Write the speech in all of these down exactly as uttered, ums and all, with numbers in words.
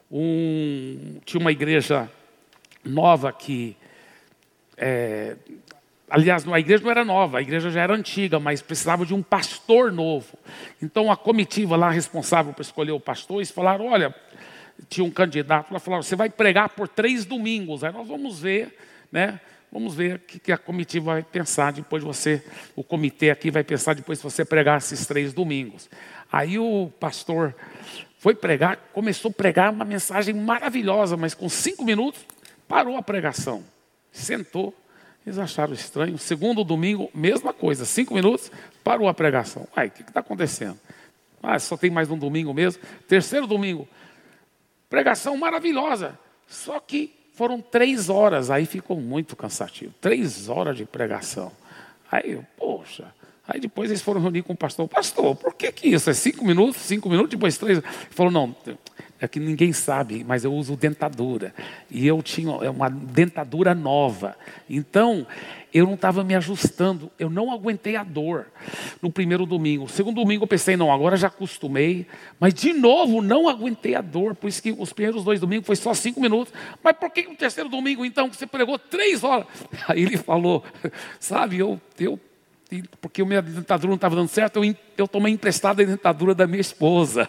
um, tinha uma igreja nova que... É, aliás, a igreja não era nova, a igreja já era antiga, mas precisava de um pastor novo. Então a comitiva lá responsável por escolher o pastor, eles falaram, olha, tinha um candidato lá, falaram, você vai pregar por três domingos. Aí nós vamos ver, né? Vamos ver o que, que a comitiva vai pensar depois de você, o comitê aqui vai pensar depois se você pregar esses três domingos. Aí o pastor foi pregar, começou a pregar uma mensagem maravilhosa, mas com cinco minutos parou a pregação. Sentou, eles acharam estranho. Segundo domingo, mesma coisa, cinco minutos, parou a pregação. Uai, o que está acontecendo? Ah, só tem mais um domingo mesmo. Terceiro domingo, pregação maravilhosa. Só que foram três horas, aí ficou muito cansativo. Três horas de pregação. Aí, poxa, aí depois eles foram reunir com o pastor. Pastor, por que que isso? É cinco minutos, cinco minutos, depois três. Ele falou, não... É que ninguém sabe, mas eu uso dentadura. E eu tinha uma dentadura nova. Então, eu não estava me ajustando. Eu não aguentei a dor no primeiro domingo. No segundo domingo eu pensei, não, agora já acostumei. Mas de novo, não aguentei a dor. Por isso que os primeiros dois domingos foi só cinco minutos. Mas por que no terceiro domingo, então, que você pregou três horas? Aí ele falou, sabe, eu... eu porque a minha dentadura não estava dando certo, eu, eu tomei emprestada a dentadura da minha esposa.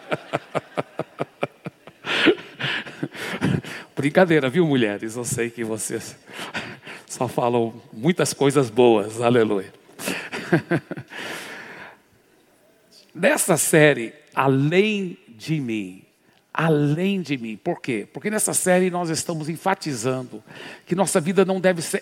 Brincadeira, viu, mulheres? Eu sei que vocês só falam muitas coisas boas, aleluia. Nessa série, Além de Mim, Além de Mim, por quê? Porque nessa série nós estamos enfatizando que nossa vida não deve ser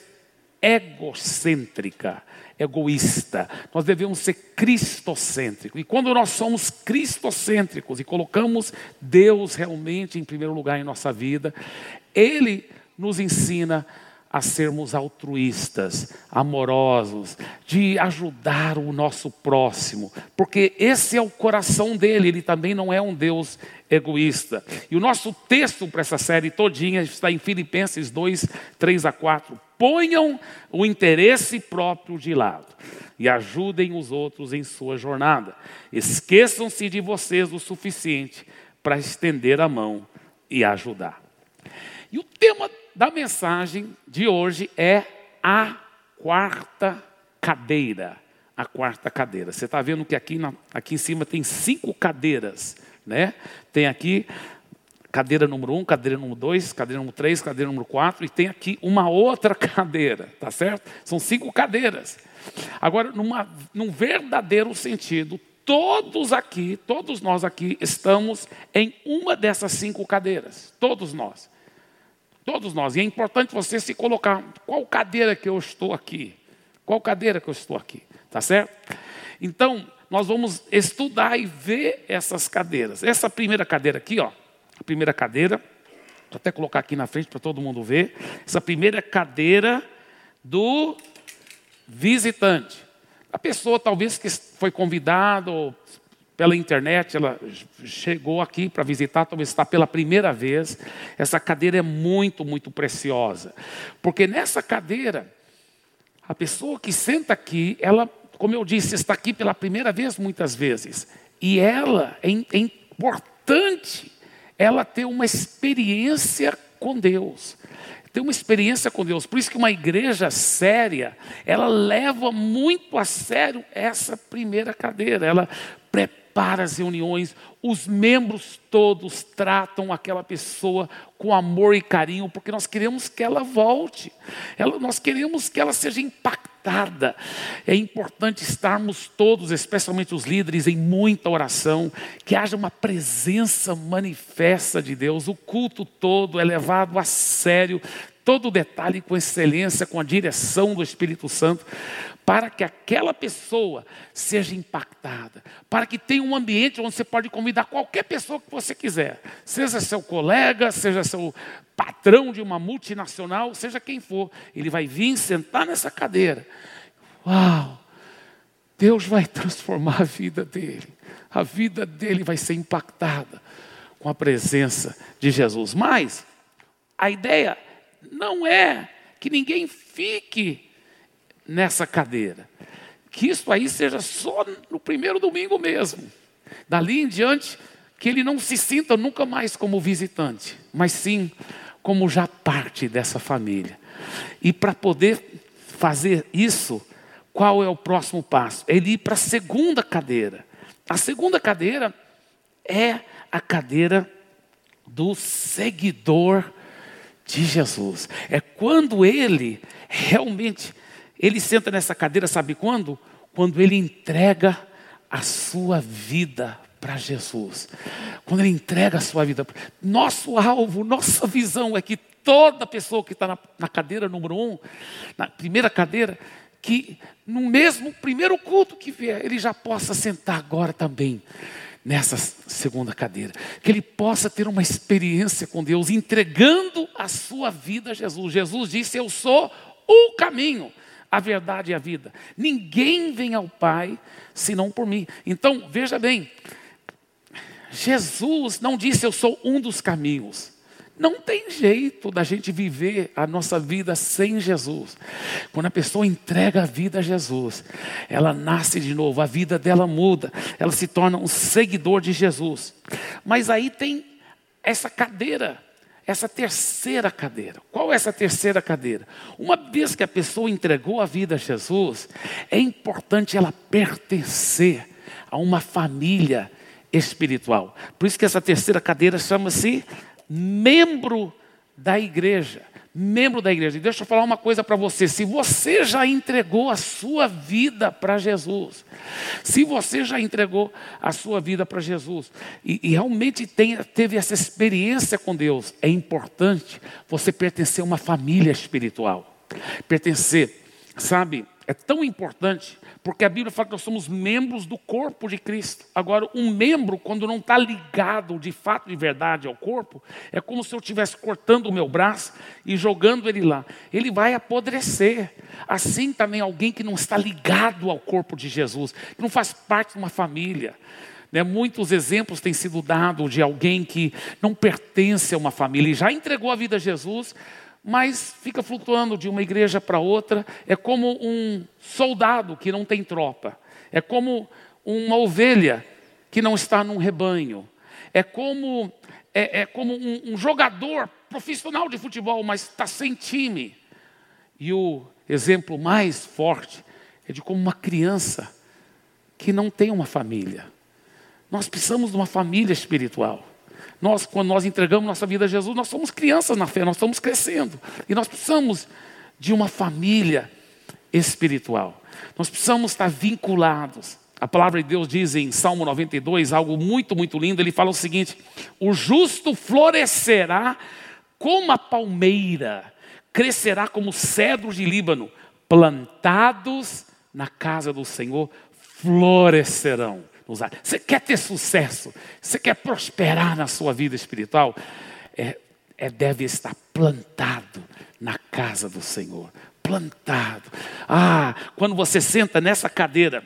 egocêntrica, egoísta. Nós devemos ser cristocêntricos. E quando nós somos cristocêntricos e colocamos Deus realmente em primeiro lugar em nossa vida, Ele nos ensina a sermos altruístas, amorosos, de ajudar o nosso próximo, porque esse é o coração dele, ele também não é um Deus egoísta. E o nosso texto para essa série todinha está em Filipenses dois, três a quatro. Ponham o interesse próprio de lado e ajudem os outros em sua jornada. Esqueçam-se de vocês o suficiente para estender a mão e ajudar. E o tema da mensagem de hoje é a quarta cadeira. A quarta cadeira. Você está vendo que aqui, na, aqui em cima tem cinco cadeiras, né? Tem aqui cadeira número um, cadeira número dois, cadeira número três, cadeira número quatro, e tem aqui uma outra cadeira, tá certo? São cinco cadeiras. Agora, numa, num verdadeiro sentido, todos aqui, todos nós aqui, estamos em uma dessas cinco cadeiras. Todos nós. Todos nós. E é importante você se colocar, qual cadeira que eu estou aqui? Qual cadeira que eu estou aqui? Tá certo? Então, nós vamos estudar e ver essas cadeiras. Essa primeira cadeira aqui, ó. A primeira cadeira, vou até colocar aqui na frente para todo mundo ver. Essa primeira cadeira do visitante. A pessoa talvez que foi convidada ou pela internet, ela chegou aqui para visitar, talvez está pela primeira vez. Essa cadeira é muito, muito preciosa. Porque nessa cadeira, a pessoa que senta aqui, ela, como eu disse, está aqui pela primeira vez muitas vezes. E ela, é, é importante ela ter uma experiência com Deus. Ter uma experiência com Deus. Por isso que uma igreja séria, ela leva muito a sério essa primeira cadeira. Ela prepara as reuniões, os membros todos tratam aquela pessoa com amor e carinho, porque nós queremos que ela volte, ela, nós queremos que ela seja impactada. É importante estarmos todos, especialmente os líderes, em muita oração, que haja uma presença manifesta de Deus, o culto todo é levado a sério, todo detalhe com excelência, com a direção do Espírito Santo, para que aquela pessoa seja impactada, para que tenha um ambiente onde você pode convidar qualquer pessoa que você quiser, seja seu colega, seja seu patrão de uma multinacional, seja quem for, ele vai vir sentar nessa cadeira. Uau! Deus vai transformar a vida dele, a vida dele vai ser impactada com a presença de Jesus. Mas a ideia não é que ninguém fique nessa cadeira. Que isso aí seja só no primeiro domingo mesmo. Dali em diante, que ele não se sinta nunca mais como visitante, mas sim como já parte dessa família. E para poder fazer isso, qual é o próximo passo? Ele ir para a segunda cadeira. A segunda cadeira é a cadeira do seguidor de Jesus. É quando ele realmente, ele senta nessa cadeira, sabe quando? Quando ele entrega a sua vida para Jesus. Quando ele entrega a sua vida. Nosso alvo, nossa visão é que toda pessoa que está na, na cadeira número um, na primeira cadeira, que no mesmo primeiro culto que vier, ele já possa sentar agora também nessa segunda cadeira. Que ele possa ter uma experiência com Deus, entregando a sua vida a Jesus. Jesus disse: eu sou o caminho, a verdade e a vida. Ninguém vem ao Pai senão por mim. Então, veja bem, Jesus não disse: eu sou um dos caminhos. Não tem jeito da gente viver a nossa vida sem Jesus. Quando a pessoa entrega a vida a Jesus, ela nasce de novo, a vida dela muda, ela se torna um seguidor de Jesus. Mas aí tem essa cadeira, essa terceira cadeira. Qual é essa terceira cadeira? Uma vez que a pessoa entregou a vida a Jesus, é importante ela pertencer a uma família espiritual. Por isso que essa terceira cadeira chama-se membro da igreja. Membro da igreja. E deixa eu falar uma coisa para você. Se você já entregou a sua vida para Jesus, se você já entregou a sua vida para Jesus, e, e realmente tem, teve essa experiência com Deus, é importante você pertencer a uma família espiritual. Pertencer, sabe, é tão importante, porque a Bíblia fala que nós somos membros do corpo de Cristo. Agora, um membro, quando não está ligado de fato, de verdade ao corpo, é como se eu estivesse cortando o meu braço e jogando ele lá. Ele vai apodrecer. Assim também alguém que não está ligado ao corpo de Jesus, que não faz parte de uma família. Né? Muitos exemplos têm sido dados de alguém que não pertence a uma família e já entregou a vida a Jesus, mas fica flutuando de uma igreja para outra. É como um soldado que não tem tropa. É como uma ovelha que não está num rebanho. É como, é, é como um, um jogador profissional de futebol, mas está sem time. E o exemplo mais forte é de como uma criança que não tem uma família. Nós precisamos de uma família espiritual. Nós, quando nós entregamos nossa vida a Jesus, nós somos crianças na fé, nós estamos crescendo. E nós precisamos de uma família espiritual. Nós precisamos estar vinculados. A palavra de Deus diz em Salmo noventa e dois, algo muito, muito lindo. Ele fala o seguinte: o justo florescerá como a palmeira, crescerá como cedros de Líbano, plantados na casa do Senhor, florescerão. Você quer ter sucesso? Você quer prosperar na sua vida espiritual? É, é, deve estar plantado na casa do Senhor. Plantado. Ah, quando você senta nessa cadeira,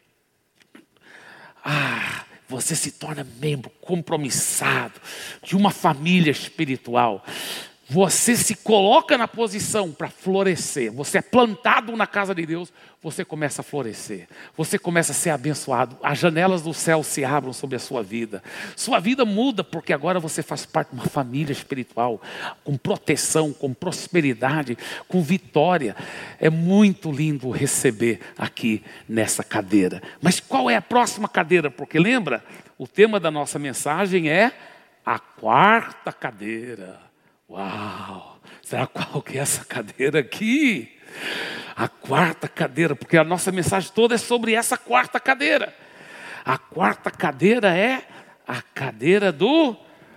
ah, você se torna membro compromissado de uma família espiritual. Você se coloca na posição para florescer. Você é plantado na casa de Deus, você começa a florescer. Você começa a ser abençoado. As janelas do céu se abrem sobre a sua vida. Sua vida muda porque agora você faz parte de uma família espiritual, com proteção, com prosperidade, com vitória. É muito lindo receber aqui nessa cadeira. Mas qual é a próxima cadeira? Porque lembra, o tema da nossa mensagem é a quarta cadeira. Uau! Será qual que é essa cadeira aqui? A quarta cadeira, porque a nossa mensagem toda é sobre essa quarta cadeira. A quarta cadeira é a cadeira do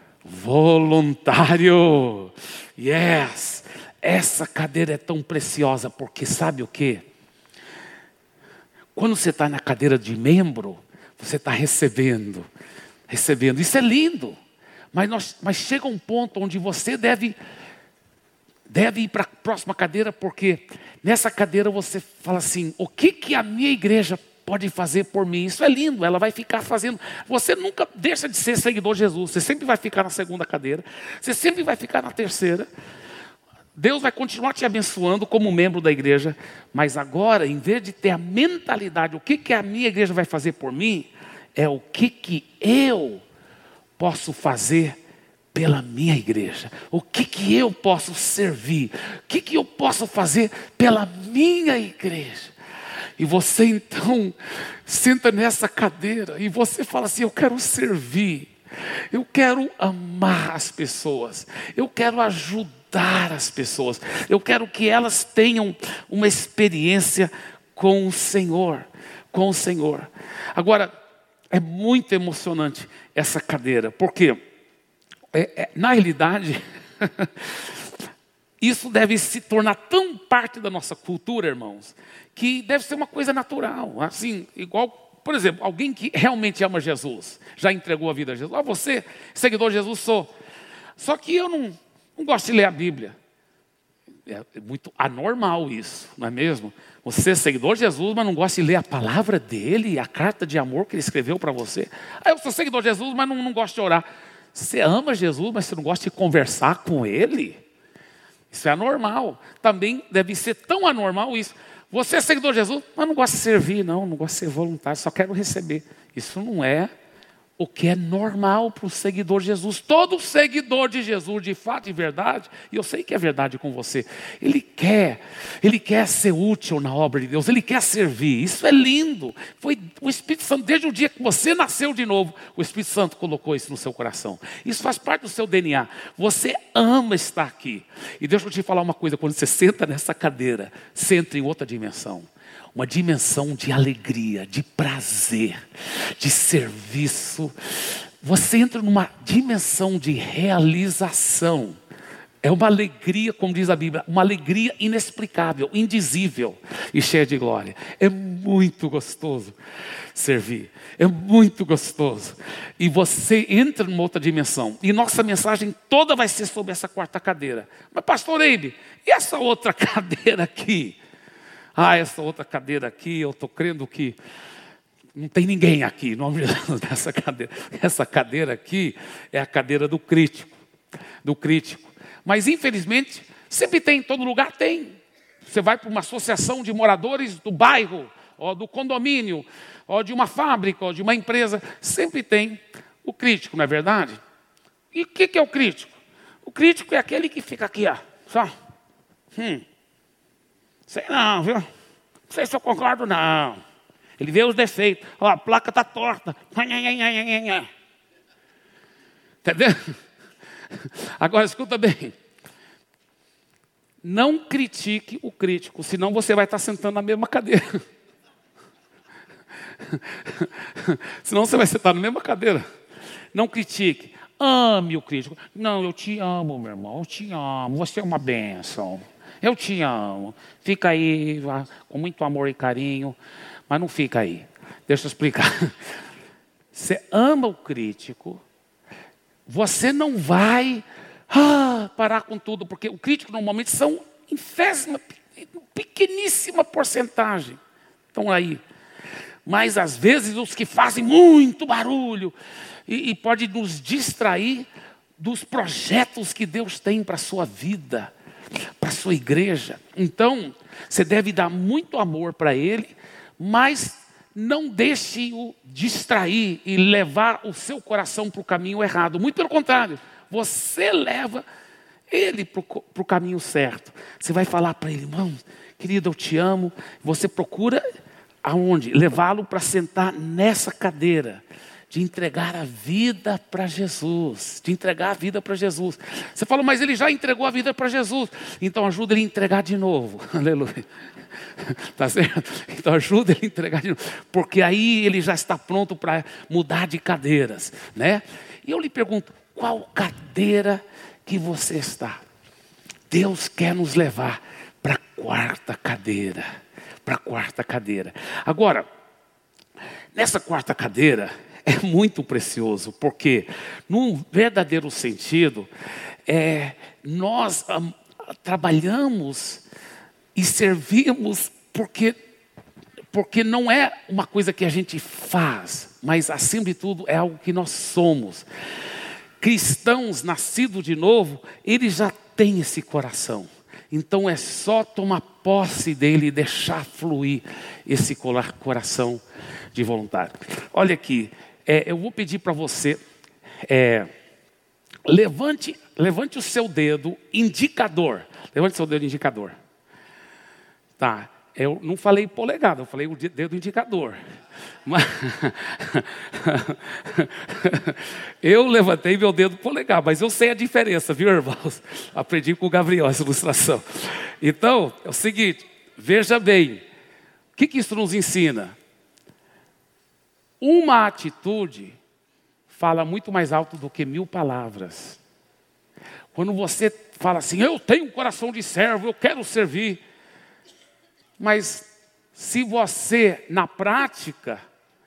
voluntário. Yes! Essa cadeira é tão preciosa, porque sabe o quê? Quando você está na cadeira de membro, você está recebendo, recebendo. Isso é lindo. Mas, nós, mas chega um ponto onde você deve, deve ir para a próxima cadeira, porque nessa cadeira você fala assim: o que, que a minha igreja pode fazer por mim? Isso é lindo, ela vai ficar fazendo. Você nunca deixa de ser seguidor de Jesus, você sempre vai ficar na segunda cadeira, você sempre vai ficar na terceira. Deus vai continuar te abençoando como membro da igreja, mas agora, em vez de ter a mentalidade, o que, que a minha igreja vai fazer por mim, é o que, que eu posso fazer pela minha igreja? O que que eu posso servir? O que que eu posso fazer pela minha igreja? E você então senta nessa cadeira e você fala assim: eu quero servir, eu quero amar as pessoas, eu quero ajudar as pessoas, eu quero que elas tenham uma experiência com o Senhor, com o Senhor. Agora, é muito emocionante essa cadeira, porque é, é, na realidade isso deve se tornar tão parte da nossa cultura, irmãos, que deve ser uma coisa natural. Assim, igual, por exemplo, alguém que realmente ama Jesus, já entregou a vida a Jesus. Ah, você, seguidor de Jesus, sou. Só que eu não, não gosto de ler a Bíblia. É muito anormal isso, não é mesmo? Você é seguidor de Jesus, mas não gosta de ler a palavra dele, a carta de amor que ele escreveu para você. Ah, eu sou seguidor de Jesus, mas não, não gosto de orar. Você ama Jesus, mas você não gosta de conversar com ele? Isso é anormal. Também deve ser tão anormal isso. Você é seguidor de Jesus, mas não gosta de servir, não, não gosta de ser voluntário, só quero receber. Isso não é o que é normal para o seguidor de Jesus. Todo seguidor de Jesus, de fato e verdade, e eu sei que é verdade com você, ele quer, ele quer ser útil na obra de Deus, ele quer servir. Isso é lindo. Foi o Espírito Santo, desde o dia que você nasceu de novo, o Espírito Santo colocou isso no seu coração. Isso faz parte do seu D N A. Você ama estar aqui. E deixa eu te falar uma coisa: quando você senta nessa cadeira, senta em outra dimensão. Uma dimensão de alegria, de prazer, de serviço. Você entra numa dimensão de realização. É uma alegria, como diz a Bíblia, uma alegria inexplicável, indizível e cheia de glória. É muito gostoso servir. É muito gostoso. E você entra numa outra dimensão. E nossa mensagem toda vai ser sobre essa quarta cadeira. Mas pastor Eibe, e essa outra cadeira aqui? Ah, essa outra cadeira aqui, eu estou crendo que não tem ninguém aqui, em nome de Jesus, nessa cadeira. Essa cadeira aqui é a cadeira do crítico, do crítico. Mas infelizmente, sempre tem, em todo lugar tem. Você vai para uma associação de moradores do bairro, ou do condomínio, ou de uma fábrica, ou de uma empresa, sempre tem o crítico, não é verdade? E o que, que é o crítico? O crítico é aquele que fica aqui, ó, só. Hum. Sei não, viu? Não sei se eu concordo, não. Ele vê os defeitos. Ó, a placa está torta. Entendeu? Agora, escuta bem. Não critique o crítico, senão você vai estar sentando na mesma cadeira. Senão você vai sentar na mesma cadeira. Não critique. Ame o crítico. Não, eu te amo, meu irmão. Eu te amo. Você é uma bênção. Eu te amo. Fica aí com muito amor e carinho, mas não fica aí. Deixa eu explicar. Você ama o crítico, você não vai ah, parar com tudo, porque o crítico normalmente são infésima, pequeníssima porcentagem. Estão aí. Mas às vezes os que fazem muito barulho e, e pode nos distrair dos projetos que Deus tem para a sua vida, para a sua igreja. Então, você deve dar muito amor para ele, mas não deixe-o distrair e levar o seu coração para o caminho errado. Muito pelo contrário, você leva ele para o caminho certo. Você vai falar para ele: irmão, querido, eu te amo. Você procura aonde? Levá-lo para sentar nessa cadeira, de entregar a vida para Jesus, de entregar a vida para Jesus. Você falou, mas ele já entregou a vida para Jesus. Então ajuda ele a entregar de novo. Aleluia. Tá certo? Então ajuda ele a entregar de novo. Porque aí ele já está pronto para mudar de cadeiras, né? E eu lhe pergunto, qual cadeira que você está? Deus quer nos levar para a quarta cadeira. Para a quarta cadeira. Agora, nessa quarta cadeira, é muito precioso, porque, num verdadeiro sentido, é, nós ah, trabalhamos e servimos porque, porque não é uma coisa que a gente faz, mas, acima de tudo, é algo que nós somos. Cristãos nascidos de novo, eles já têm esse coração. Então, é só tomar posse dele e deixar fluir esse coração de voluntário. Olha aqui. É, eu vou pedir para você É, levante, levante o seu dedo indicador. Levante o seu dedo indicador. Tá, eu não falei polegada, eu falei o dedo indicador. Mas eu levantei meu dedo polegar, mas eu sei a diferença, viu, irmãos? Aprendi com o Gabriel essa ilustração. Então, é o seguinte, veja bem, o que, que isso nos ensina? Uma atitude fala muito mais alto do que mil palavras. Quando você fala assim, eu tenho um coração de servo, eu quero servir. Mas se você, na prática,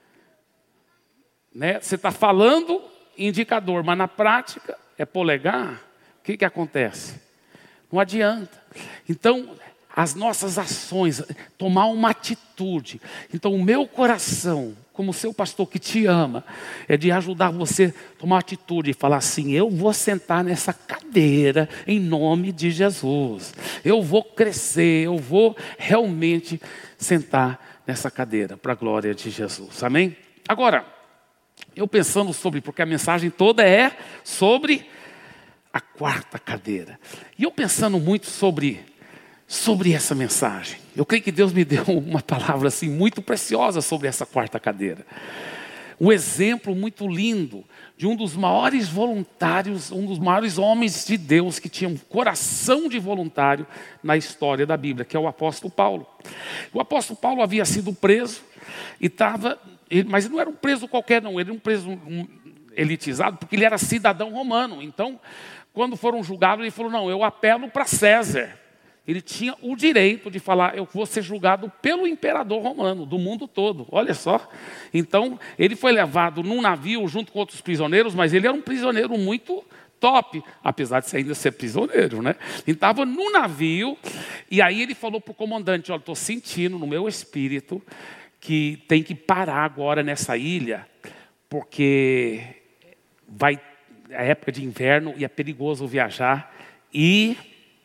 né, você está falando indicador, mas na prática é polegar, o que, que acontece? Não adianta. Então, as nossas ações, tomar uma atitude. Então, o meu coração, como seu pastor que te ama, é de ajudar você a tomar uma atitude e falar assim, eu vou sentar nessa cadeira em nome de Jesus. Eu vou crescer, eu vou realmente sentar nessa cadeira para a glória de Jesus. Amém? Agora, eu pensando sobre, porque a mensagem toda é sobre a quarta cadeira. E eu pensando muito sobre, sobre essa mensagem. Eu creio que Deus me deu uma palavra assim muito preciosa sobre essa quarta cadeira. Um exemplo muito lindo de um dos maiores voluntários, um dos maiores homens de Deus que tinha um coração de voluntário na história da Bíblia, que é o apóstolo Paulo. O apóstolo Paulo havia sido preso e estava, mas ele não era um preso qualquer não, ele era um preso elitizado porque ele era cidadão romano. Então, quando foram julgados, ele falou, não, eu apelo para César. Ele tinha o direito de falar, eu vou ser julgado pelo imperador romano, do mundo todo. Olha só. Então, ele foi levado num navio junto com outros prisioneiros, mas ele era um prisioneiro muito top, apesar de ainda ser prisioneiro, né? Ele estava no navio, e aí ele falou para o comandante, olha, estou sentindo no meu espírito que tem que parar agora nessa ilha, porque vai, é época de inverno e é perigoso viajar, e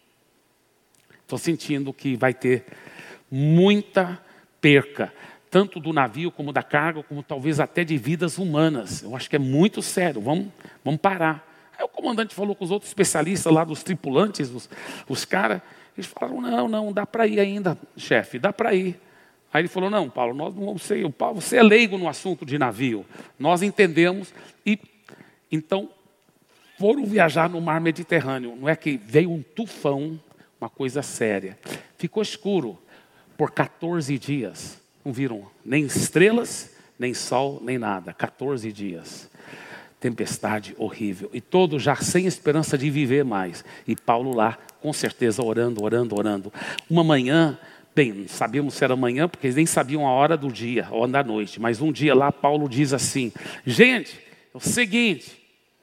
estou sentindo que vai ter muita perca, tanto do navio como da carga, como talvez até de vidas humanas. Eu acho que é muito sério, vamos, vamos parar. Aí o comandante falou com os outros especialistas lá, dos tripulantes, os, os caras, eles falaram, não, não, dá para ir ainda, chefe, dá para ir. Aí ele falou, não, Paulo, nós não vamos ser, Paulo, você é leigo no assunto de navio, nós entendemos, e então foram viajar no mar Mediterrâneo. Não é que veio um tufão, uma coisa séria. Ficou escuro por quatorze dias. Não viram nem estrelas, nem sol, nem nada. quatorze dias. Tempestade horrível. E todos já sem esperança de viver mais. E Paulo lá, com certeza, orando, orando, orando. Uma manhã, bem, não sabíamos se era manhã, porque eles nem sabiam a hora do dia, a hora da noite. Mas um dia lá, Paulo diz assim, gente, é o seguinte,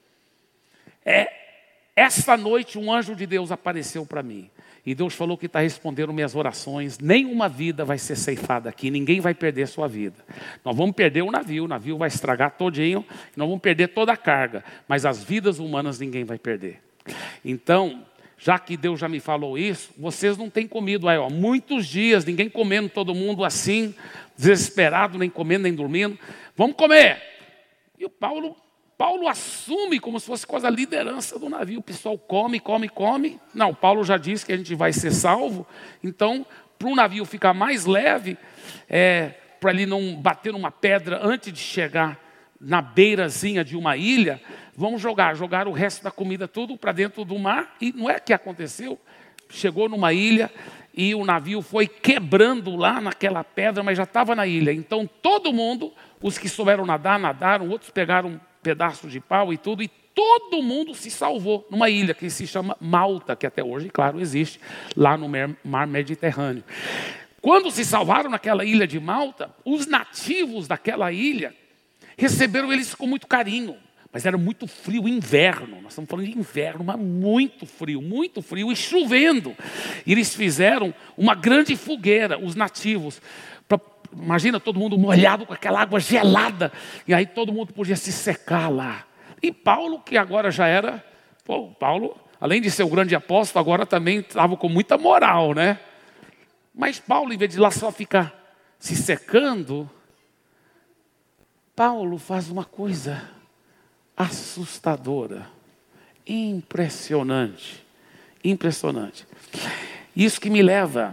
é, esta noite um anjo de Deus apareceu para mim. E Deus falou que está respondendo minhas orações. Nenhuma vida vai ser ceifada aqui. Ninguém vai perder sua vida. Nós vamos perder o navio. O navio vai estragar todinho. Nós vamos perder toda a carga. Mas as vidas humanas ninguém vai perder. Então, já que Deus já me falou isso, vocês não têm comido aí, ó, muitos dias. Ninguém comendo, todo mundo assim, desesperado, nem comendo, nem dormindo. Vamos comer. E o Paulo... Paulo assume como se fosse coisa da liderança do navio. O pessoal come, come, come. Não, Paulo já disse que a gente vai ser salvo. Então, para o navio ficar mais leve, é, para ele não bater numa pedra antes de chegar na beirazinha de uma ilha, vamos jogar, jogar o resto da comida tudo para dentro do mar. E não é que aconteceu. Chegou numa ilha e o navio foi quebrando lá naquela pedra, mas já estava na ilha. Então, todo mundo, os que souberam nadar, nadaram, outros pegaram pedaço de pau e tudo, e todo mundo se salvou numa ilha que se chama Malta, que até hoje, claro, existe lá no mar Mediterrâneo. Quando se salvaram naquela ilha de Malta, os nativos daquela ilha receberam eles com muito carinho, mas era muito frio, inverno, nós estamos falando de inverno, mas muito frio, muito frio e chovendo. E eles fizeram uma grande fogueira, os nativos. Imagina todo mundo molhado com aquela água gelada. E aí todo mundo podia se secar lá. E Paulo, que agora já era... Pô, Paulo, além de ser o grande apóstolo, agora também estava com muita moral, né? Mas Paulo, em vez de lá só ficar se secando, Paulo faz uma coisa assustadora. Impressionante. Impressionante. Isso que me leva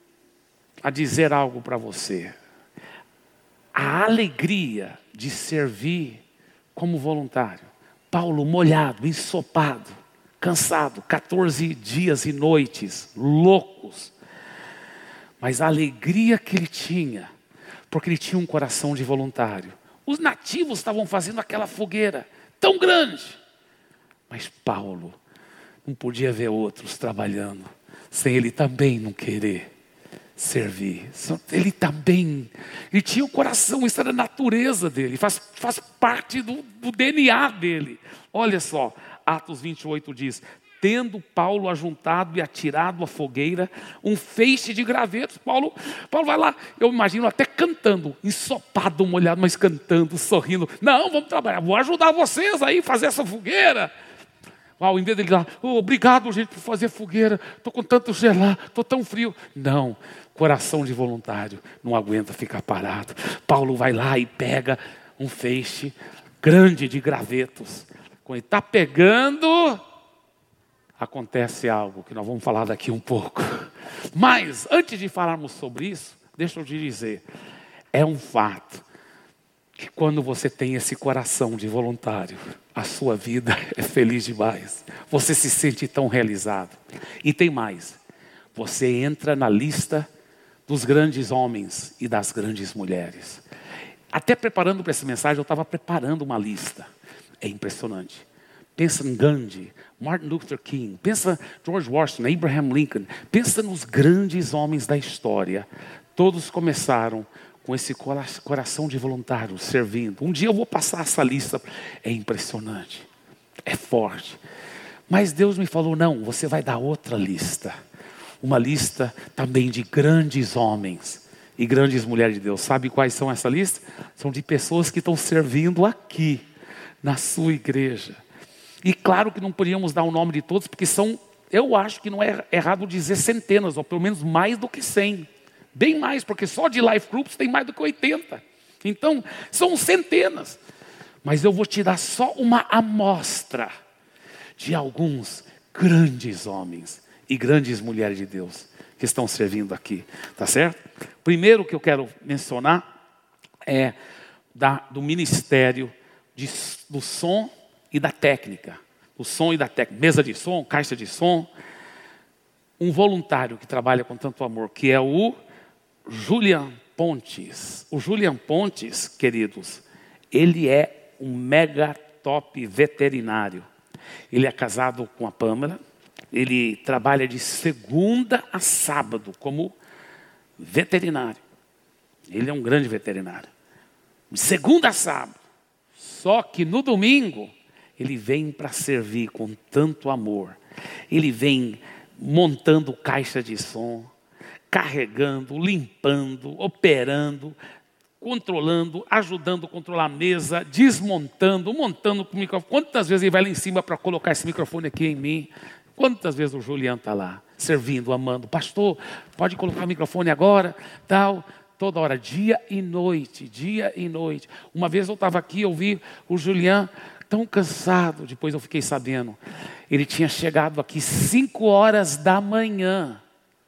a dizer algo para você. A alegria de servir como voluntário. Paulo molhado, ensopado, cansado, quatorze dias e noites, loucos. Mas a alegria que ele tinha, porque ele tinha um coração de voluntário. Os nativos estavam fazendo aquela fogueira tão grande. Mas Paulo não podia ver outros trabalhando, sem ele também não querer servir. Ele também, ele tinha o coração, isso era a natureza dele, faz, faz parte do, do D N A dele. Olha só, Atos vinte e oito diz: tendo Paulo ajuntado e atirado à fogueira um feixe de gravetos. Paulo, Paulo vai lá, eu imagino até cantando, ensopado, molhado, mas cantando, sorrindo. Não, vamos trabalhar, vou ajudar vocês aí a fazer essa fogueira. Ao invés dele lá, oh, obrigado gente por fazer fogueira, estou com tanto gelar, estou tão frio. Não, coração de voluntário não aguenta ficar parado. Paulo vai lá e pega um feixe grande de gravetos. Quando ele está pegando, acontece algo que nós vamos falar daqui um pouco. Mas, antes de falarmos sobre isso, deixa eu te dizer, é um fato que quando você tem esse coração de voluntário, a sua vida é feliz demais. Você se sente tão realizado. E tem mais, você entra na lista dos grandes homens e das grandes mulheres. Até preparando para essa mensagem, eu estava preparando uma lista. É impressionante. Pensa em Gandhi, Martin Luther King, pensa George Washington, Abraham Lincoln. Pensa nos grandes homens da história. Todos começaram com esse coração de voluntário, servindo. Um dia eu vou passar essa lista. É impressionante, é forte. Mas Deus me falou, não, você vai dar outra lista. Uma lista também de grandes homens e grandes mulheres de Deus. Sabe quais são essa lista? São de pessoas que estão servindo aqui, na sua igreja. E claro que não podíamos dar o nome de todos, porque são, eu acho que não é errado dizer centenas, ou pelo menos mais do que cem. Bem mais, porque só de life groups tem mais do que oitenta. Então, são centenas. Mas eu vou te dar só uma amostra de alguns grandes homens e grandes mulheres de Deus que estão servindo aqui. Tá certo? Primeiro que eu quero mencionar é da, do ministério de, do som e da técnica. O som e da técnica. Mesa de som, caixa de som. Um voluntário que trabalha com tanto amor, que é o Julian Pontes. O Julian Pontes, queridos, ele é um mega top veterinário. Ele é casado com a Pamela. Ele trabalha de segunda a sábado como veterinário. Ele é um grande veterinário. De segunda a sábado. Só que no domingo, ele vem para servir com tanto amor. Ele vem montando caixa de som, carregando, limpando, operando, controlando, ajudando a controlar a mesa, desmontando, montando o microfone. Quantas vezes ele vai lá em cima para colocar esse microfone aqui em mim? Quantas vezes o Julian está lá, servindo, amando. Pastor, pode colocar o microfone agora, tal. Toda hora, dia e noite, dia e noite. Uma vez eu estava aqui, eu vi o Julian tão cansado, depois eu fiquei sabendo. Ele tinha chegado aqui cinco horas da manhã.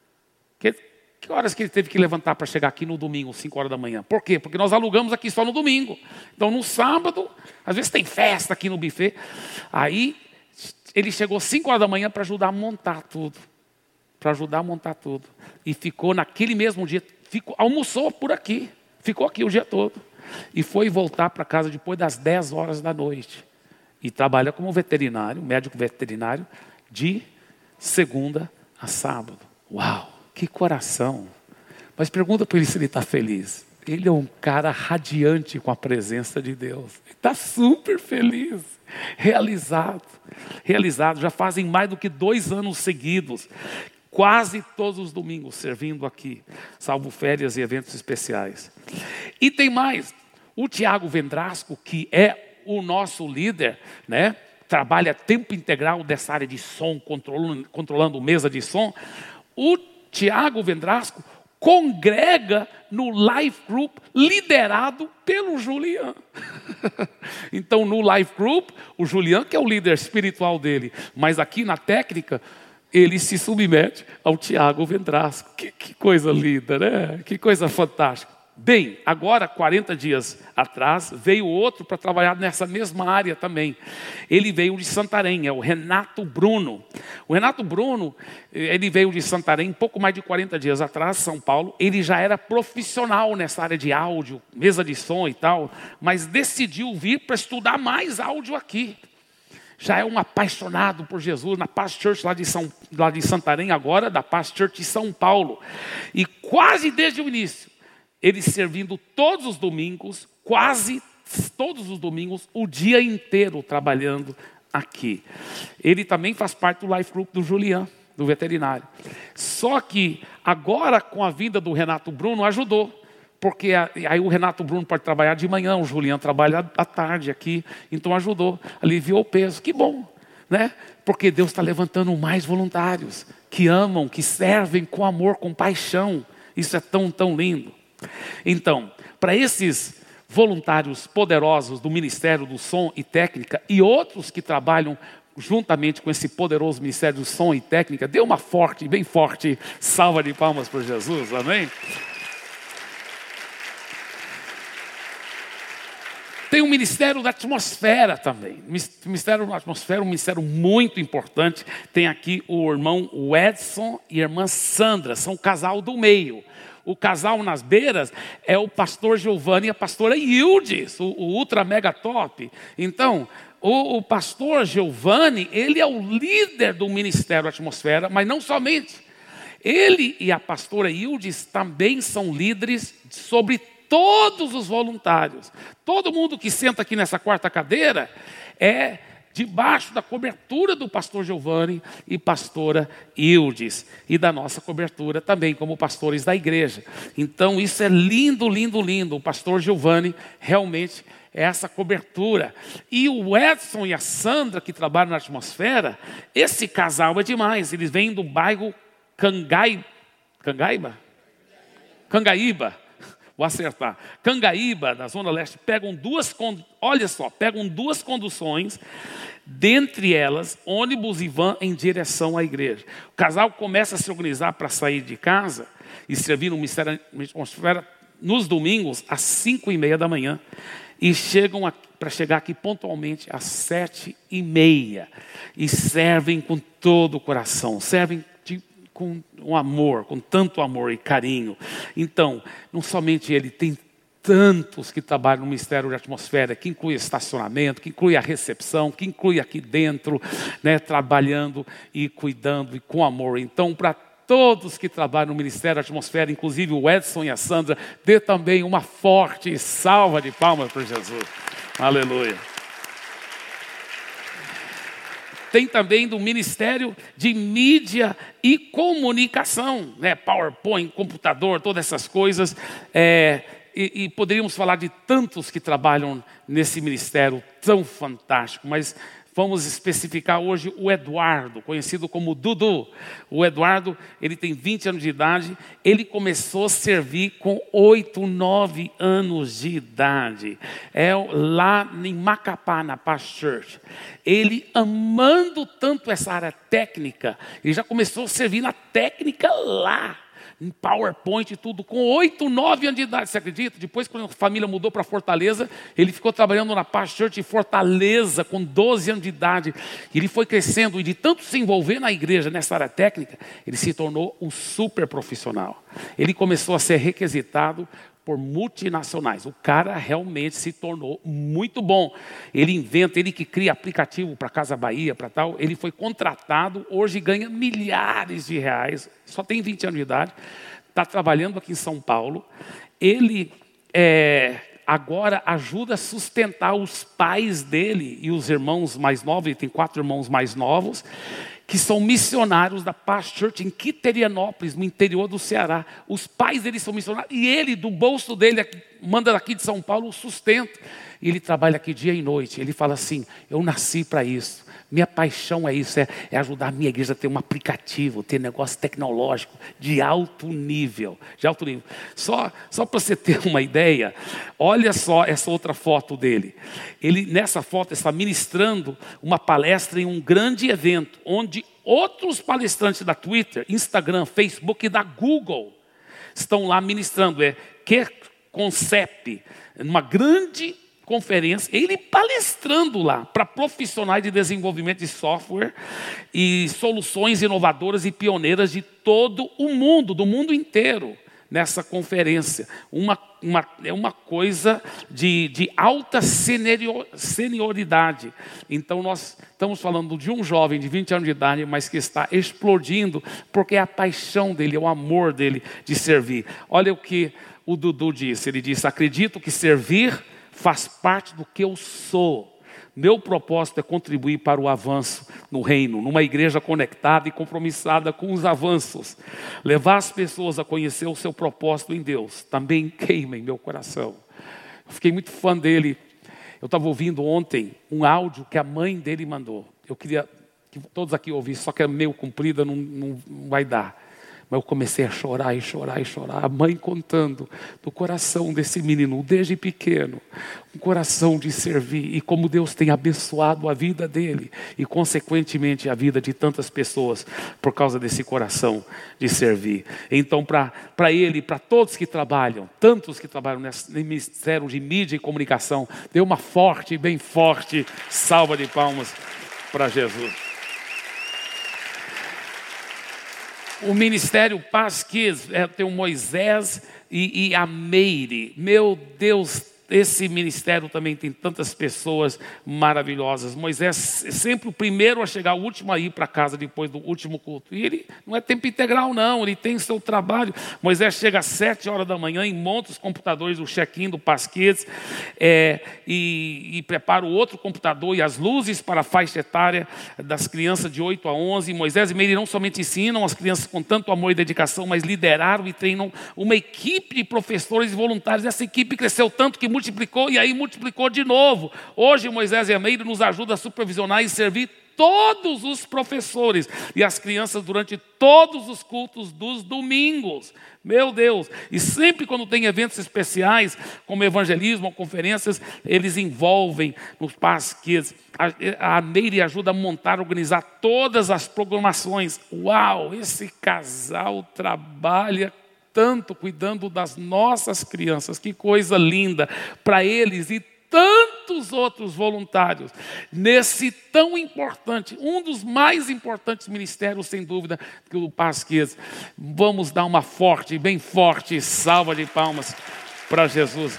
Que, que horas que ele teve que levantar para chegar aqui no domingo, cinco horas da manhã? Por quê? Porque nós alugamos aqui só no domingo. Então no sábado, às vezes tem festa aqui no buffet. Aí ele chegou cinco horas da manhã para ajudar a montar tudo. Para ajudar a montar tudo. E ficou naquele mesmo dia, ficou, almoçou por aqui. Ficou aqui o dia todo. E foi voltar para casa depois das dez horas da noite. E trabalha como veterinário, médico veterinário, de segunda a sábado. Uau, que coração. Mas pergunta para ele se ele está feliz. Ele é um cara radiante com a presença de Deus. Ele está super feliz, realizado. Realizado, já fazem mais do que dois anos seguidos. Quase todos os domingos servindo aqui, salvo férias e eventos especiais. E tem mais, o Tiago Vendrasco, que é o nosso líder, né? Trabalha tempo integral dessa área de som, controlando, controlando mesa de som. O Tiago Vendrasco congrega no Life Group liderado pelo Julian. Então, no Life Group, o Julian que é o líder espiritual dele, mas aqui na técnica, ele se submete ao Tiago Vendrasco. Que, que coisa linda, né? Que coisa fantástica. Bem, agora, quarenta dias atrás, veio outro para trabalhar nessa mesma área também. Ele veio de Santarém, é o Renato Bruno. O Renato Bruno, ele veio de Santarém, pouco mais de quarenta dias atrás, São Paulo. Ele já era profissional nessa área de áudio, mesa de som e tal, mas decidiu vir para estudar mais áudio aqui. Já é um apaixonado por Jesus, na Paz Church lá de, São, lá de Santarém, agora da Paz Church de São Paulo. E quase desde o início, ele servindo todos os domingos, quase todos os domingos, o dia inteiro trabalhando aqui. Ele também faz parte do Life Group do Julian, do veterinário. Só que agora, com a vinda do Renato Bruno, ajudou. Porque aí o Renato Bruno pode trabalhar de manhã, o Julian trabalha à tarde aqui. Então ajudou, aliviou o peso. Que bom, né? Porque Deus está levantando mais voluntários que amam, que servem com amor, com paixão. Isso é tão, tão lindo. Então, para esses voluntários poderosos do Ministério do Som e Técnica e outros que trabalham juntamente com esse poderoso Ministério do Som e Técnica, dê uma forte, bem forte salva de palmas para Jesus, amém? Tem o Ministério da Atmosfera também. O Ministério da Atmosfera é um ministério muito importante. Tem aqui o irmão Edson e a irmã Sandra, são o casal do meio. O casal nas beiras é o pastor Giovanni e a pastora Yildes, o, o ultra mega top. Então, o, o pastor Giovanni, ele é o líder do Ministério da Atmosfera, mas não somente. Ele e a pastora Yildes também são líderes sobre todos os voluntários. Todo mundo que senta aqui nessa quarta cadeira é debaixo da cobertura do pastor Giovanni e pastora Yildes. E da nossa cobertura também, como pastores da igreja. Então isso é lindo, lindo, lindo. O pastor Giovanni realmente é essa cobertura. E o Edson e a Sandra, que trabalham na atmosfera, esse casal é demais. Eles vêm do bairro Cangai... Cangaíba? Cangaíba. Vou acertar. Cangaíba, da Zona Leste, pegam duas, olha só, pegam duas conduções, dentre elas, ônibus e van em direção à igreja. O casal começa a se organizar para sair de casa e servir no Ministério da Atmosfera nos domingos, às cinco e meia da manhã. E chegam para chegar aqui pontualmente às sete e meia. E servem com todo o coração, servem com um amor, com tanto amor e carinho. Então, não somente ele, tem tantos que trabalham no Ministério da Atmosfera, que inclui estacionamento, que inclui a recepção, que inclui aqui dentro, né, trabalhando e cuidando e com amor. Então, para todos que trabalham no Ministério da Atmosfera, inclusive o Edson e a Sandra, dê também uma forte salva de palmas para Jesus. Aleluia. Tem também do Ministério de Mídia e Comunicação, né? PowerPoint, computador, todas essas coisas. É, e, e poderíamos falar de tantos que trabalham nesse ministério tão fantástico, mas vamos especificar hoje o Eduardo, conhecido como Dudu. O Eduardo, ele tem vinte anos de idade, ele começou a servir com oito, nove anos de idade. É lá em Macapá, na Paz Church. Ele, amando tanto essa área técnica, ele já começou a servir na técnica lá. Em PowerPoint e tudo, com oito, nove anos de idade, você acredita? Depois, quando a família mudou para Fortaleza, ele ficou trabalhando na Paz Church em Fortaleza, com doze anos de idade. E ele foi crescendo, e de tanto se envolver na igreja, nessa área técnica, ele se tornou um super profissional. Ele começou a ser requisitado por multinacionais. O cara realmente se tornou muito bom. Ele inventa, ele que cria aplicativo para Casa Bahia, para tal. Ele foi contratado, hoje ganha milhares de reais, só tem vinte anos de idade, está trabalhando aqui em São Paulo. Ele é, agora ajuda a sustentar os pais dele e os irmãos mais novos. Ele tem quatro irmãos mais novos, que são missionários da Paz Church em Quiterianópolis, no interior do Ceará. Os pais deles são missionários, e ele, do bolso dele, manda daqui de São Paulo o sustento. E ele trabalha aqui dia e noite. Ele fala assim, eu nasci para isso. Minha paixão é isso, é, é ajudar a minha igreja a ter um aplicativo, ter negócio tecnológico de alto nível. De alto nível. Só, só para você ter uma ideia, olha só essa outra foto dele. Ele, nessa foto, está ministrando uma palestra em um grande evento, onde outros palestrantes da Twitter, Instagram, Facebook e da Google estão lá ministrando. É que Concept, uma grande conferência, ele palestrando lá para profissionais de desenvolvimento de software e soluções inovadoras e pioneiras de todo o mundo, do mundo inteiro, nessa conferência. Uma, uma, é uma coisa de, de alta senior, senioridade. Então nós estamos falando de um jovem de vinte anos de idade, mas que está explodindo, porque é a paixão dele, é o amor dele de servir. Olha o que o Dudu disse, ele disse, acredito que servir faz parte do que eu sou. Meu propósito é contribuir para o avanço no reino, numa igreja conectada e compromissada com os avanços. Levar as pessoas a conhecer o seu propósito em Deus também queima em meu coração. Eu fiquei muito fã dele. Eu estava ouvindo ontem um áudio que a mãe dele mandou. Eu queria que todos aqui ouvissem, só que é meio comprida, não, não, não vai dar. Mas eu comecei a chorar e chorar e chorar. A mãe contando do coração desse menino, desde pequeno. Um coração de servir. E como Deus tem abençoado a vida dele. E consequentemente a vida de tantas pessoas. Por causa desse coração de servir. Então para ele, para todos que trabalham. Tantos que trabalham nesse ministério de mídia e comunicação. Dê uma forte, bem forte salva de palmas para Jesus. O Ministério Paz Kids é, tem o Moisés e, e a Meire. Meu Deus, esse ministério também tem tantas pessoas maravilhosas. Moisés é sempre o primeiro a chegar, o último a ir para casa depois do último culto. E ele não é tempo integral não, ele tem seu trabalho. Moisés chega às sete horas da manhã e monta os computadores do check-in do Paz Kids, é, e, e prepara o outro computador e as luzes para a faixa etária das crianças de oito a onze. Moisés e Meire não somente ensinam as crianças com tanto amor e dedicação, mas lideraram e treinam uma equipe de professores e voluntários. Essa equipe cresceu tanto que multiplicou e aí multiplicou de novo. Hoje Moisés e a Meire nos ajudam a supervisionar e servir todos os professores e as crianças durante todos os cultos dos domingos. Meu Deus! E sempre quando tem eventos especiais, como evangelismo ou conferências, eles envolvem nos Paz Kids. A, a Meire ajuda a montar, organizar todas as programações. Uau! Esse casal trabalha tanto cuidando das nossas crianças, que coisa linda para eles e tantos outros voluntários nesse tão importante, um dos mais importantes ministérios, sem dúvida, que o Paz Kids. Vamos dar uma forte, bem forte salva de palmas para Jesus.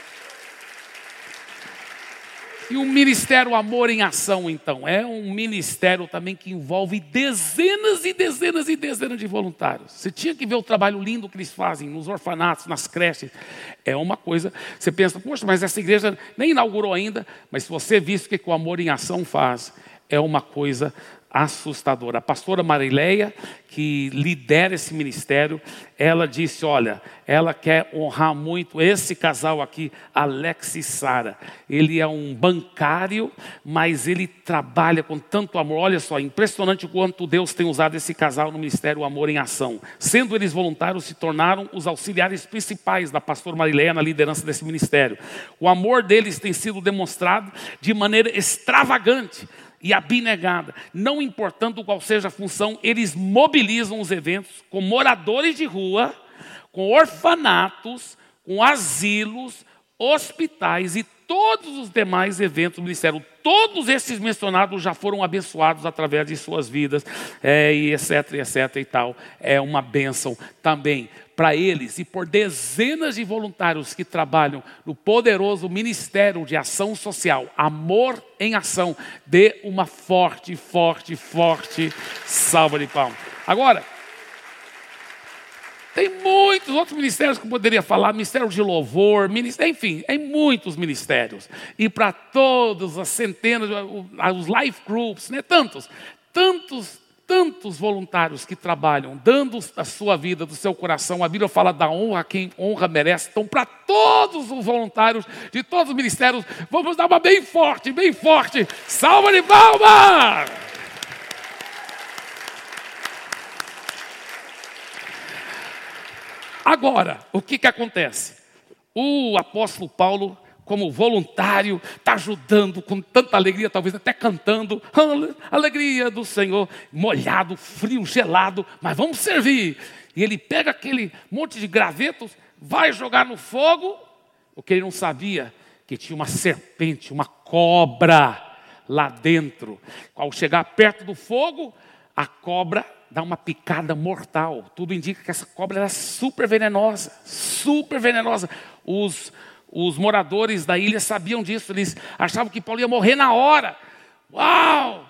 E o Ministério Amor em Ação, então, é um ministério também que envolve dezenas e dezenas e dezenas de voluntários. Você tinha que ver o trabalho lindo que eles fazem nos orfanatos, nas creches. É uma coisa, você pensa, poxa, mas essa igreja nem inaugurou ainda. Mas se você visse o que o Amor em Ação faz, é uma coisa assustadora. A pastora Marileia, que lidera esse ministério, ela disse, olha, ela quer honrar muito esse casal aqui, Alex e Sara. Ele é um bancário, mas ele trabalha com tanto amor. Olha só, impressionante o quanto Deus tem usado esse casal no Ministério Amor em Ação. Sendo eles voluntários, se tornaram os auxiliares principais da pastora Marileia na liderança desse ministério. O amor deles tem sido demonstrado de maneira extravagante e abnegada. Não importando qual seja a função, eles mobilizam os eventos com moradores de rua, com orfanatos, com asilos, hospitais e todos os demais eventos do ministério. Todos esses mencionados já foram abençoados através de suas vidas, é, e etc, etc e tal. É uma bênção também para eles e por dezenas de voluntários que trabalham no poderoso Ministério de Ação Social, Amor em Ação. Dê uma forte, forte, forte salva de palmas. Agora, tem muitos outros ministérios que eu poderia falar, ministério de louvor, ministério, enfim, tem muitos ministérios. E para todos, as centenas, os life groups, né? tantos, tantos, tantos voluntários que trabalham, dando a sua vida, do seu coração. A Bíblia fala da honra a quem honra merece. Então, para todos os voluntários de todos os ministérios, vamos dar uma bem forte, bem forte. Salva de palmas! Agora, o que que acontece? O apóstolo Paulo, como voluntário, está ajudando com tanta alegria, talvez até cantando, alegria do Senhor, molhado, frio, gelado, mas vamos servir. E ele pega aquele monte de gravetos, vai jogar no fogo, o que ele não sabia, que tinha uma serpente, uma cobra lá dentro. Ao chegar perto do fogo, a cobra dá uma picada mortal. Tudo indica que essa cobra era super venenosa, super venenosa. Os Os moradores da ilha sabiam disso, eles achavam que Paulo ia morrer na hora. Uau!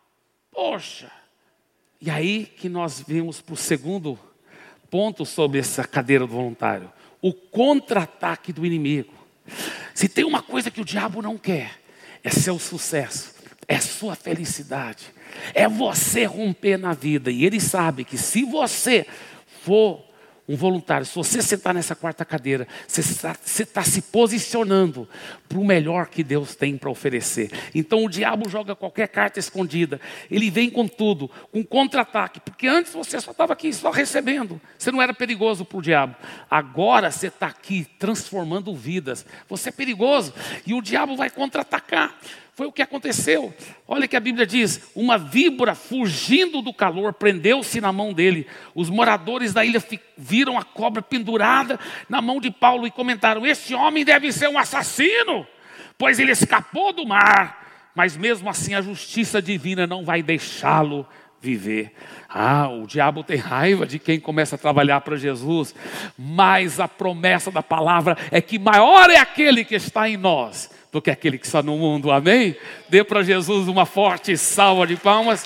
Poxa! E aí que nós vimos para o segundo ponto sobre essa cadeira do voluntário. O contra-ataque do inimigo. Se tem uma coisa que o diabo não quer, é seu sucesso, é sua felicidade, é você romper na vida. E ele sabe que se você for um voluntário, se você sentar nessa quarta cadeira, você está, você está se posicionando para o melhor que Deus tem para oferecer. Então o diabo joga qualquer carta escondida. Ele vem com tudo, com contra-ataque. Porque antes você só estava aqui, só recebendo. Você não era perigoso para o diabo. Agora você está aqui transformando vidas. Você é perigoso e o diabo vai contra-atacar. Foi o que aconteceu. Olha que a Bíblia diz, uma víbora fugindo do calor prendeu-se na mão dele. Os moradores da ilha viram a cobra pendurada na mão de Paulo e comentaram: este homem deve ser um assassino, pois ele escapou do mar. Mas mesmo assim a justiça divina não vai deixá-lo viver. Ah, o diabo tem raiva de quem começa a trabalhar para Jesus. Mas a promessa da palavra é que maior é aquele que está em nós do que aquele que está no mundo, amém? Dê para Jesus uma forte salva de palmas.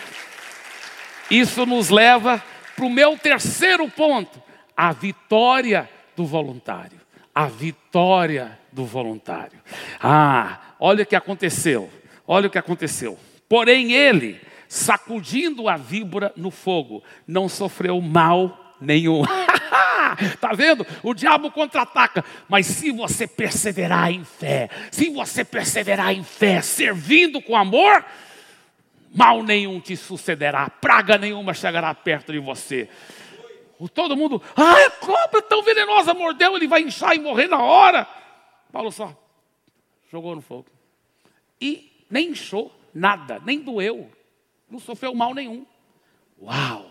Isso nos leva para o meu terceiro ponto, a vitória do voluntário. A vitória do voluntário. Ah, olha o que aconteceu, olha o que aconteceu. Porém ele, sacudindo a víbora no fogo, não sofreu mal nenhum. Está vendo? O diabo contra-ataca. Mas se você perseverar em fé, se você perseverar em fé, servindo com amor, mal nenhum te sucederá, praga nenhuma chegará perto de você. Todo mundo, ah, a cobra tão venenosa mordeu, ele vai inchar e morrer na hora. Paulo só jogou no fogo. E nem inchou nada, nem doeu. Não sofreu mal nenhum. Uau,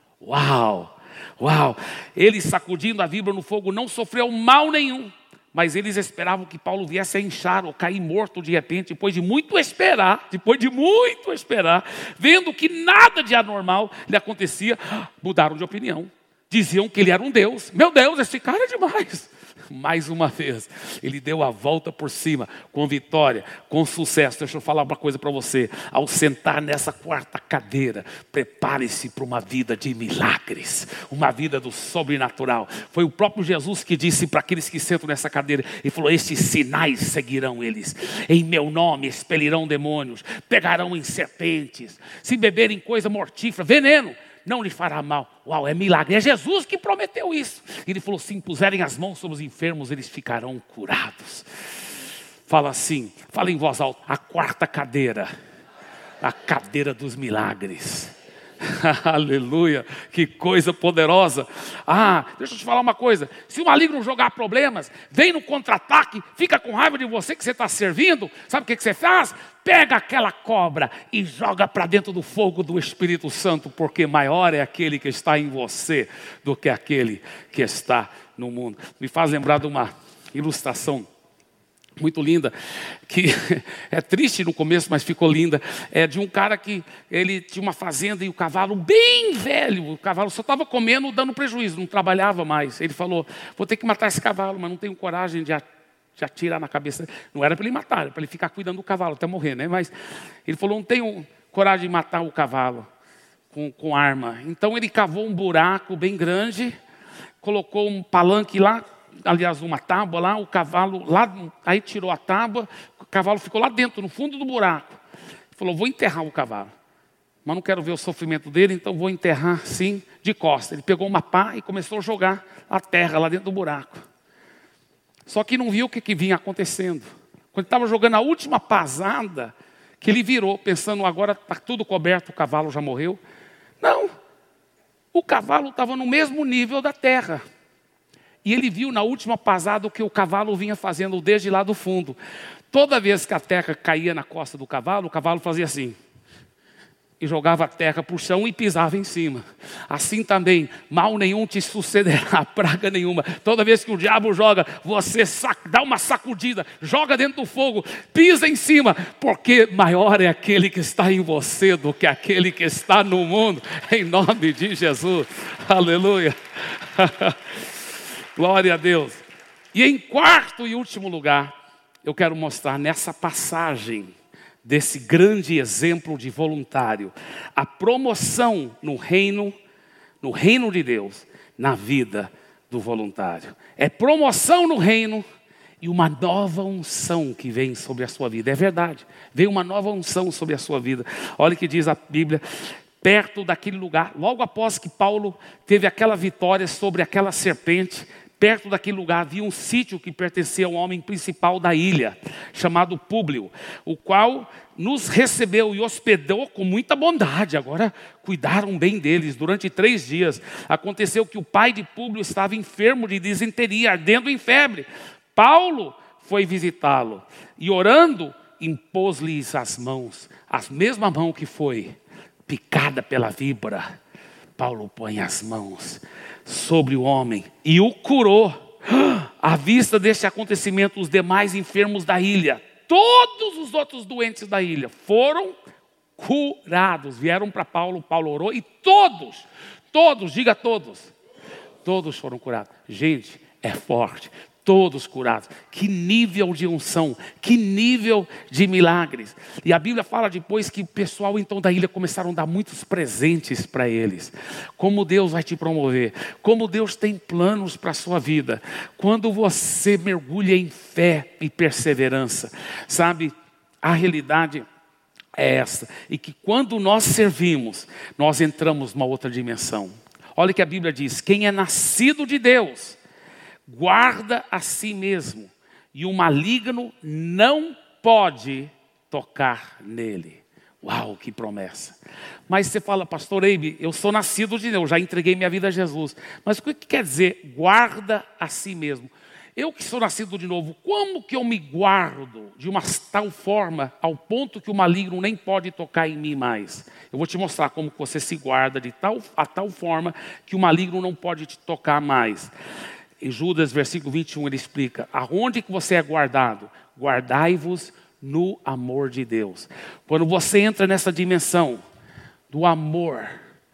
uau. Uau, ele sacudindo a víbora no fogo não sofreu mal nenhum, mas eles esperavam que Paulo viesse a inchar ou cair morto de repente. Depois de muito esperar, depois de muito esperar, vendo que nada de anormal lhe acontecia, mudaram de opinião. Diziam que ele era um Deus. Meu Deus, esse cara é demais. Mais uma vez, ele deu a volta por cima, com vitória, com sucesso. Deixa eu falar uma coisa para você. Ao sentar nessa quarta cadeira, prepare-se para uma vida de milagres, uma vida do sobrenatural. Foi o próprio Jesus que disse para aqueles que sentam nessa cadeira, ele falou: estes sinais seguirão eles. Em meu nome expelirão demônios, pegarão em serpentes, se beberem coisa mortífera, veneno, não lhe fará mal. Uau, é milagre. É Jesus que prometeu isso. Ele falou: se impuserem as mãos sobre os enfermos, eles ficarão curados. Fala assim, fala em voz alta: a quarta cadeira, a cadeira dos milagres. Aleluia, que coisa poderosa. Ah, deixa eu te falar uma coisa. Se o maligno jogar problemas, vem no contra-ataque, fica com raiva de você que você está servindo, sabe o que, que você faz? Pega aquela cobra e joga para dentro do fogo do Espírito Santo, porque maior é aquele que está em você do que aquele que está no mundo. Me faz lembrar de uma ilustração muito linda, que é triste no começo, mas ficou linda. É de um cara que ele tinha uma fazenda e o cavalo bem velho, o cavalo só estava comendo, dando prejuízo, não trabalhava mais. Ele falou: vou ter que matar esse cavalo, mas não tenho coragem de atirar na cabeça. Não era para ele matar, era para ele ficar cuidando do cavalo até morrer, né? Mas ele falou: não tenho coragem de matar o cavalo com, com arma. Então ele cavou um buraco bem grande, colocou um palanque lá, aliás, uma tábua lá, o cavalo lá, aí tirou a tábua, o cavalo ficou lá dentro, no fundo do buraco. Ele falou: vou enterrar o cavalo. mas não quero ver o sofrimento dele, então vou enterrar sim de costas. Ele pegou uma pá e começou a jogar a terra lá dentro do buraco. Só que não viu o que, que vinha acontecendo. Quando ele estava jogando a última pasada, que ele virou, pensando, agora está tudo coberto, o cavalo já morreu. Não, o cavalo estava no mesmo nível da terra. E ele viu na última pasada o que o cavalo vinha fazendo desde lá do fundo. Toda vez que a terra caía na costa do cavalo, o cavalo fazia assim. E jogava a terra para o chão e pisava em cima. Assim também, mal nenhum te sucederá, praga nenhuma. Toda vez que o diabo joga, você sac, dá uma sacudida, joga dentro do fogo, pisa em cima, porque maior é aquele que está em você do que aquele que está no mundo. Em nome de Jesus. Aleluia. Glória a Deus. E em quarto e último lugar, eu quero mostrar nessa passagem desse grande exemplo de voluntário, a promoção no reino, no reino de Deus, na vida do voluntário. É promoção no reino e uma nova unção que vem sobre a sua vida. É verdade, vem uma nova unção sobre a sua vida. Olha o que diz a Bíblia, perto daquele lugar, logo após que Paulo teve aquela vitória sobre aquela serpente, perto daquele lugar havia um sítio que pertencia ao homem principal da ilha, chamado Públio, o qual nos recebeu e hospedou com muita bondade. Agora cuidaram bem deles durante três dias. Aconteceu que o pai de Públio estava enfermo de disenteria, ardendo em febre. Paulo foi visitá-lo e orando, impôs-lhes as mãos, a mesma mão que foi picada pela víbora. Paulo põe as mãos sobre o homem e o curou. À vista deste acontecimento, os demais enfermos da ilha, todos os outros doentes da ilha foram curados. Vieram para Paulo, Paulo orou e todos, todos, diga todos, todos foram curados. Gente, é forte. Todos curados. Que nível de unção, que nível de milagres. E a Bíblia fala depois que o pessoal então da ilha começaram a dar muitos presentes para eles. Como Deus vai te promover, como Deus tem planos para a sua vida. Quando você mergulha em fé e perseverança, sabe, a realidade é essa. E que quando nós servimos, nós entramos numa outra dimensão. Olha o que a Bíblia diz, quem é nascido de Deus, guarda a si mesmo, e o maligno não pode tocar nele. Uau, que promessa. Mas você fala, pastor Eibe, eu sou nascido de Deus, já entreguei minha vida a Jesus. Mas o que quer dizer guarda a si mesmo? Eu que sou nascido de novo, como que eu me guardo de uma tal forma, ao ponto que o maligno nem pode tocar em mim mais? Eu vou te mostrar como você se guarda de tal, a tal forma que o maligno não pode te tocar mais. Em Judas, versículo vinte e um, ele explica, aonde que você é guardado? Guardai-vos no amor de Deus. Quando você entra nessa dimensão do amor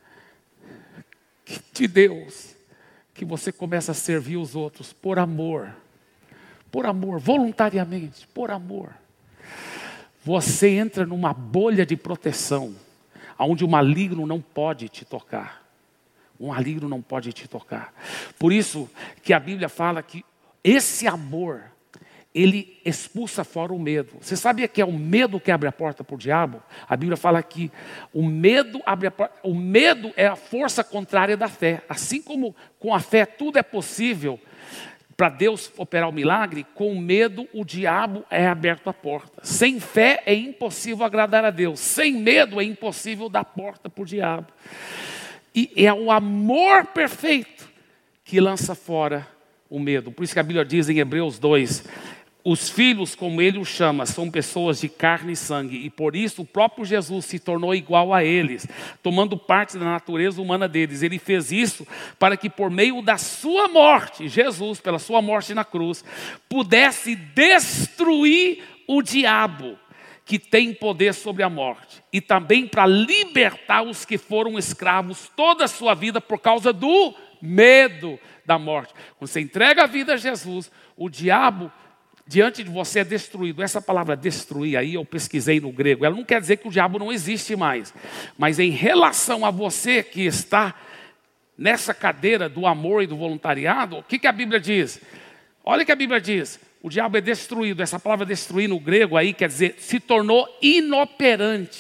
de Deus, que você começa a servir os outros por amor, por amor, voluntariamente, por amor. Você entra numa bolha de proteção, onde o maligno não pode te tocar. Um maligno não pode te tocar. Por isso que a Bíblia fala que esse amor, ele expulsa fora o medo. Você sabia que é o medo que abre a porta para o diabo? A Bíblia fala que o medo abre a porta. O medo é a força contrária da fé. Assim como com a fé tudo é possível para Deus operar o milagre, com o medo o diabo é aberto a porta. Sem fé é impossível agradar a Deus. Sem medo é impossível dar porta para o diabo. E é o amor perfeito que lança fora o medo. Por isso que a Bíblia diz em Hebreus dois, os filhos, como ele os chama, são pessoas de carne e sangue. E por isso o próprio Jesus se tornou igual a eles, tomando parte da natureza humana deles. Ele fez isso para que por meio da sua morte, Jesus, pela sua morte na cruz, pudesse destruir o diabo, que tem poder sobre a morte, e também para libertar os que foram escravos toda a sua vida por causa do medo da morte. Quando você entrega a vida a Jesus, o diabo diante de você é destruído. Essa palavra destruir aí eu pesquisei no grego, ela não quer dizer que o diabo não existe mais, mas em relação a você que está nessa cadeira do amor e do voluntariado, o que, que a Bíblia diz? Olha o que a Bíblia diz. O diabo é destruído. Essa palavra destruir no grego aí quer dizer se tornou inoperante,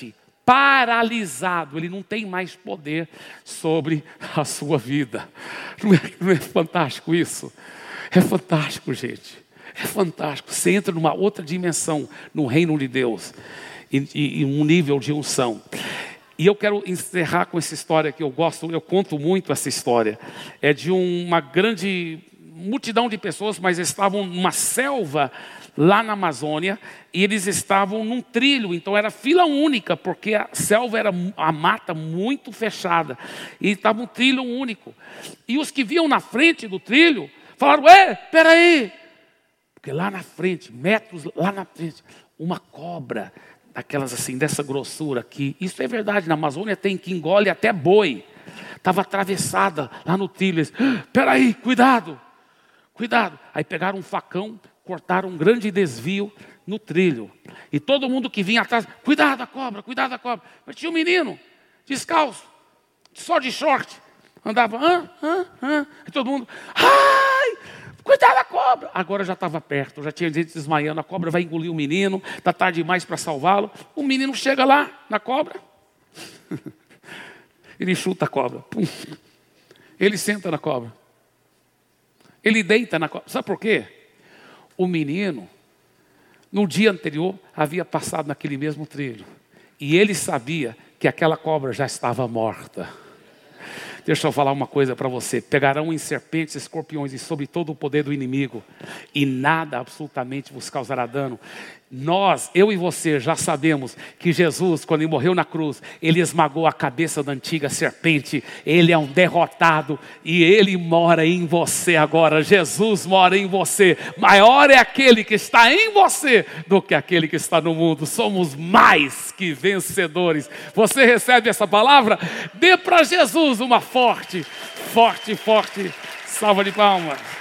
paralisado, ele não tem mais poder sobre a sua vida. Não é, não é fantástico isso? É fantástico, gente. É fantástico. Você entra numa outra dimensão no reino de Deus e, e, e um nível de unção. E eu quero encerrar com essa história que eu gosto, eu conto muito essa história. É de uma grande multidão de pessoas, mas estavam numa selva lá na Amazônia, e eles estavam num trilho, então era fila única, porque a selva era a mata muito fechada, e estava um trilho único. E os que viam na frente do trilho, falaram, é, peraí, porque lá na frente, metros lá na frente, uma cobra, daquelas assim, dessa grossura aqui, isso é verdade, na Amazônia tem que engole até boi, estava atravessada lá no trilho, eles, peraí, cuidado, cuidado. Aí pegaram um facão, cortaram um grande desvio no trilho. E todo mundo que vinha atrás, cuidado da cobra, cuidado da cobra. Mas tinha um menino, descalço, só de short, andava, hã, hã, hã. E todo mundo, ai, cuidado da cobra. Agora já estava perto, já tinha gente desmaiando, a cobra vai engolir o menino, está tarde demais para salvá-lo. O menino chega lá na cobra, ele chuta a cobra, pum. Ele senta na cobra. Ele deita na cobra. Sabe por quê? O menino, no dia anterior, havia passado naquele mesmo trilho. E ele sabia que aquela cobra já estava morta. Deixa eu falar uma coisa para você. Pegarão em serpentes, escorpiões e sobre todo o poder do inimigo. E nada absolutamente vos causará dano. Nós, eu e você, já sabemos que Jesus, quando ele morreu na cruz, ele esmagou a cabeça da antiga serpente. Ele é um derrotado e ele mora em você agora. Jesus mora em você. Maior é aquele que está em você do que aquele que está no mundo. Somos mais que vencedores. Você recebe essa palavra? Dê para Jesus uma forte, forte, forte salva de palmas.